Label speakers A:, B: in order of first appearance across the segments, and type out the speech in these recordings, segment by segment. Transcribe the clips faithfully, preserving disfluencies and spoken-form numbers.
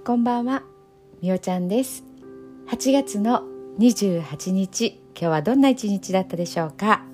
A: こんばんは、みおちゃんです。はちがつのにじゅうはちにち、今日はどんな一日だったでしょうか。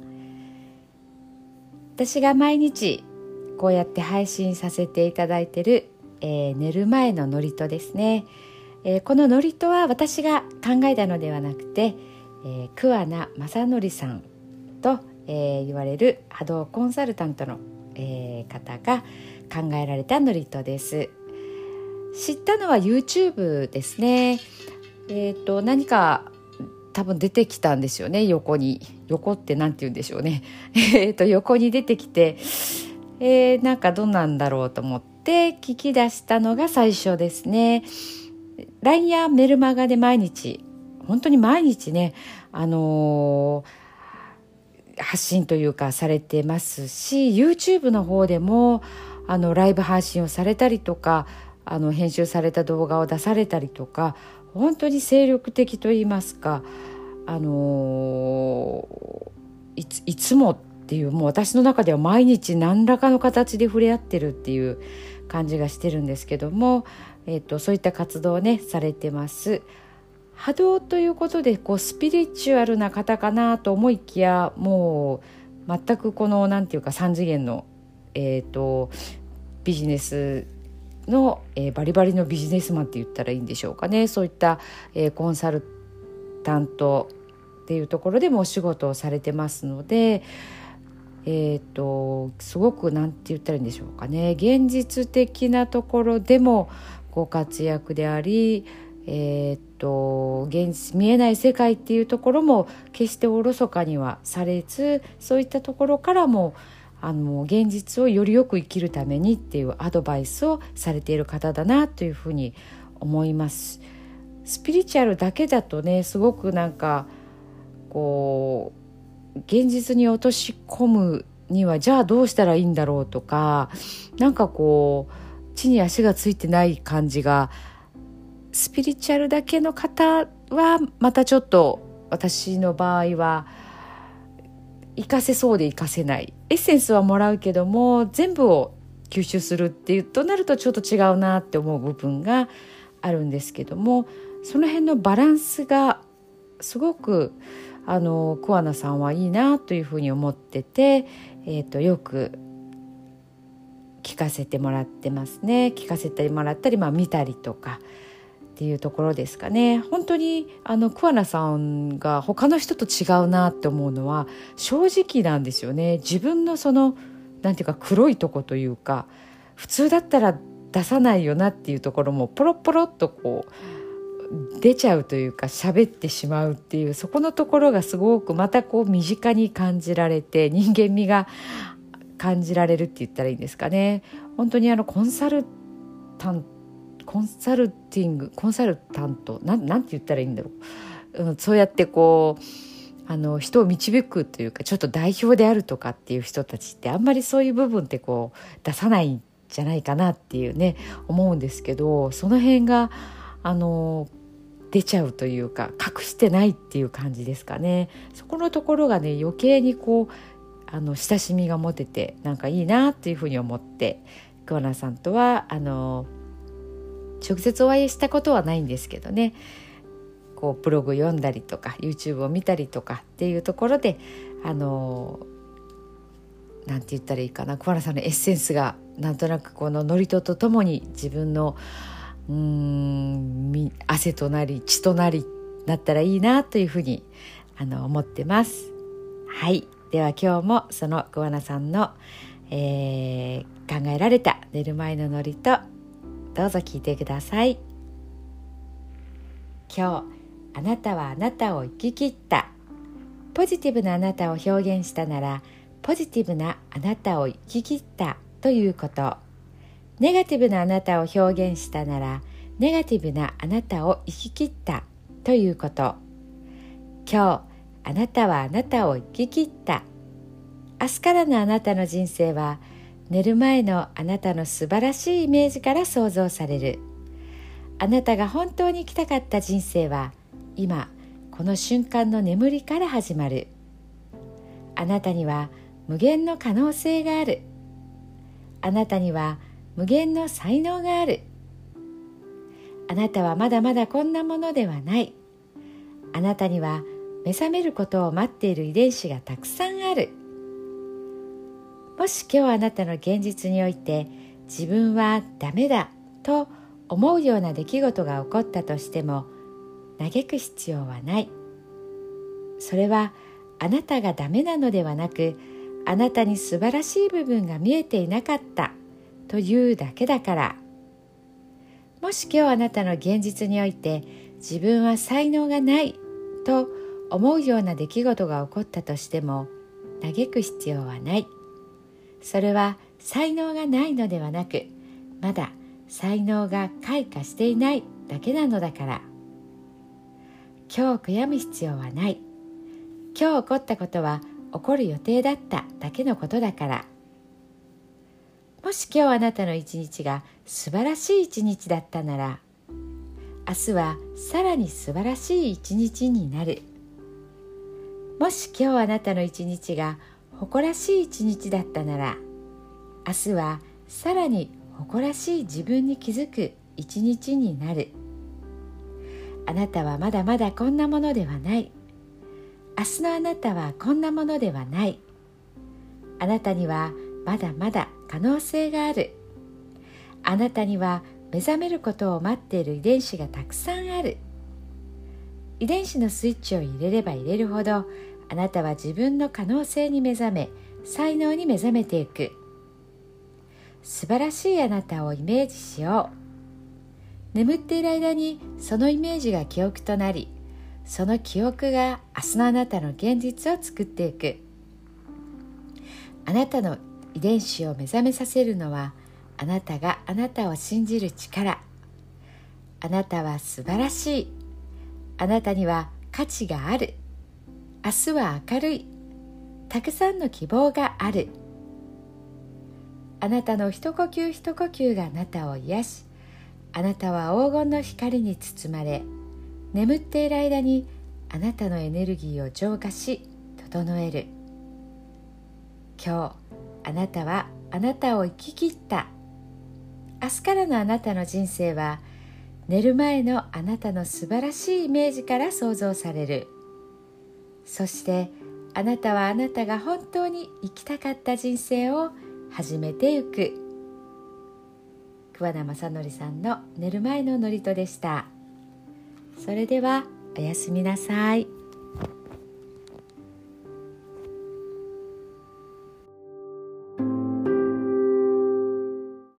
A: 私が毎日こうやって配信させていただいている、えー、寝る前の祝詞ですね、えー、この祝詞は私が考えたのではなくて、えー、桑名正則さんと、えー、言われる波動コンサルタントの、えー、方が考えられた祝詞です。知ったのは YouTube ですね。えーと、何か多分出てきたんですよね。横に横ってなんて言うんでしょうねえーと横に出てきて、えー、なんかどんなんだろうと思って聞き出したのが最初ですね。 ライン やメルマガで毎日本当に毎日ね、あのー、発信というかされてますし、 YouTube の方でもあのライブ配信をされたりとか、あの編集された動画を出されたりとか、本当に精力的といいますか、あのー、いつ、いつもっていう、もう私の中では毎日何らかの形で触れ合ってるっていう感じがしてるんですけども、えーと、そういった活動をねされてます。波動ということでこうスピリチュアルな方かなと思いきや、もう全くこのなんていうかさん次元の、えーと、ビジネスの、えー、バリバリのビジネスマンって言ったらいいんでしょうかね。そういった、えー、コンサルタントっていうところでもお仕事をされてますので、えーと、すごくなんて言ったらいいんでしょうかね、現実的なところでもご活躍であり、えーと、現実見えない世界っていうところも決しておろそかにはされず、そういったところからもあの現実をよりよく生きるためにっていうアドバイスをされている方だなというふうに思います。スピリチュアルだけだとね、すごくなんかこう現実に落とし込むにはじゃあどうしたらいいんだろうとか、なんかこう地に足がついてない感じが、スピリチュアルだけの方はまたちょっと私の場合は活かせそうで活かせない、エッセンスはもらうけども全部を吸収するっていうとなるとちょっと違うなって思う部分があるんですけども、その辺のバランスがすごくあの桑名さんはいいなというふうに思ってて、えーと、よく聞かせてもらってますね。聞かせてもらったり、まあ、見たりとかっていうところですかね。本当にあの桑名さんが他の人と違うなって思うのは正直なんですよね。自分のそのなんていうか黒いとこというか、普通だったら出さないよなっていうところもポロポロっとこう出ちゃうというか、喋ってしまうっていう、そこのところがすごくまたこう身近に感じられて、人間味が感じられるって言ったらいいんですかね。本当にあのコンサルタントコンサルティングコンサルタントなん、なんて言ったらいいんだろう、うん、そうやってこうあの人を導くというか、ちょっと代表であるとかっていう人たちってあんまりそういう部分ってこう出さないんじゃないかなっていうね思うんですけど、その辺があの出ちゃうというか隠してないっていう感じですかね。そこのところがね余計にこうあの親しみが持ててなんかいいなっていうふうに思って、桑名さんとはあの直接お会いしたことはないんですけどね、こうブログ読んだりとか YouTube を見たりとかっていうところで、あのなんて言ったらいいかな、桑名さんのエッセンスがなんとなくこの祝詞とともに自分のうーん汗となり血となりなったらいいなというふうにあの思ってます。はい、では今日もその桑名さんの、えー、考えられた寝る前の祝詞、どうぞ聞いてください。今日あなたはあなたを生き切った。ポジティブなあなたを表現したなら、ポジティブなあなたを生き切ったということ。ネガティブなあなたを表現したなら、ネガティブなあなたを生き切ったということ。今日あなたはあなたを生き切った。明日からのあなたの人生は寝る前のあなたの素晴らしいイメージから想像される。あなたが本当に生きたかった人生は今この瞬間の眠りから始まる。あなたには無限の可能性がある。あなたには無限の才能がある。 あなたはまだまだこんなものではない。あなたには目覚めることを待っている遺伝子がたくさんある。もし今日あなたの現実において自分はダメだと思うような出来事が起こったとしても、嘆く必要はない。それはあなたがダメなのではなく、あなたに素晴らしい部分が見えていなかったというだけだから。もし今日あなたの現実において自分は才能がないと思うような出来事が起こったとしても、嘆く必要はない。それは才能がないのではなく、まだ才能が開花していないだけなのだから。今日悔やむ必要はない。今日起こったことは起こる予定だっただけのことだから。もし今日あなたの一日が素晴らしい一日だったなら、明日はさらに素晴らしい一日になる。もし今日あなたの一日が誇らしい一日だったなら、明日はさらに誇らしい自分に気づく一日になる。あなたはまだまだこんなものではない。明日のあなたはこんなものではない。あなたにはまだまだ可能性がある。あなたには目覚めることを待っている遺伝子がたくさんある。遺伝子のスイッチを入れれば入れるほど、あなたは自分の可能性に目覚め、才能に目覚めていく。素晴らしいあなたをイメージしよう。眠っている間にそのイメージが記憶となり、その記憶が明日のあなたの現実を作っていく。あなたの遺伝子を目覚めさせるのは、あなたがあなたを信じる力。あなたは素晴らしい。あなたには価値がある。明日は明るい。たくさんの希望がある。あなたの一呼吸一呼吸があなたを癒し、あなたは黄金の光に包まれ、眠っている間にあなたのエネルギーを浄化し整える。今日あなたはあなたを生き切った。明日からのあなたの人生は、寝る前のあなたの素晴らしいイメージから想像される。そしてあなたはあなたが本当に生きたかった人生を始めてゆく。桑名正則さんの寝る前の祝詞でした。それではおやすみなさい。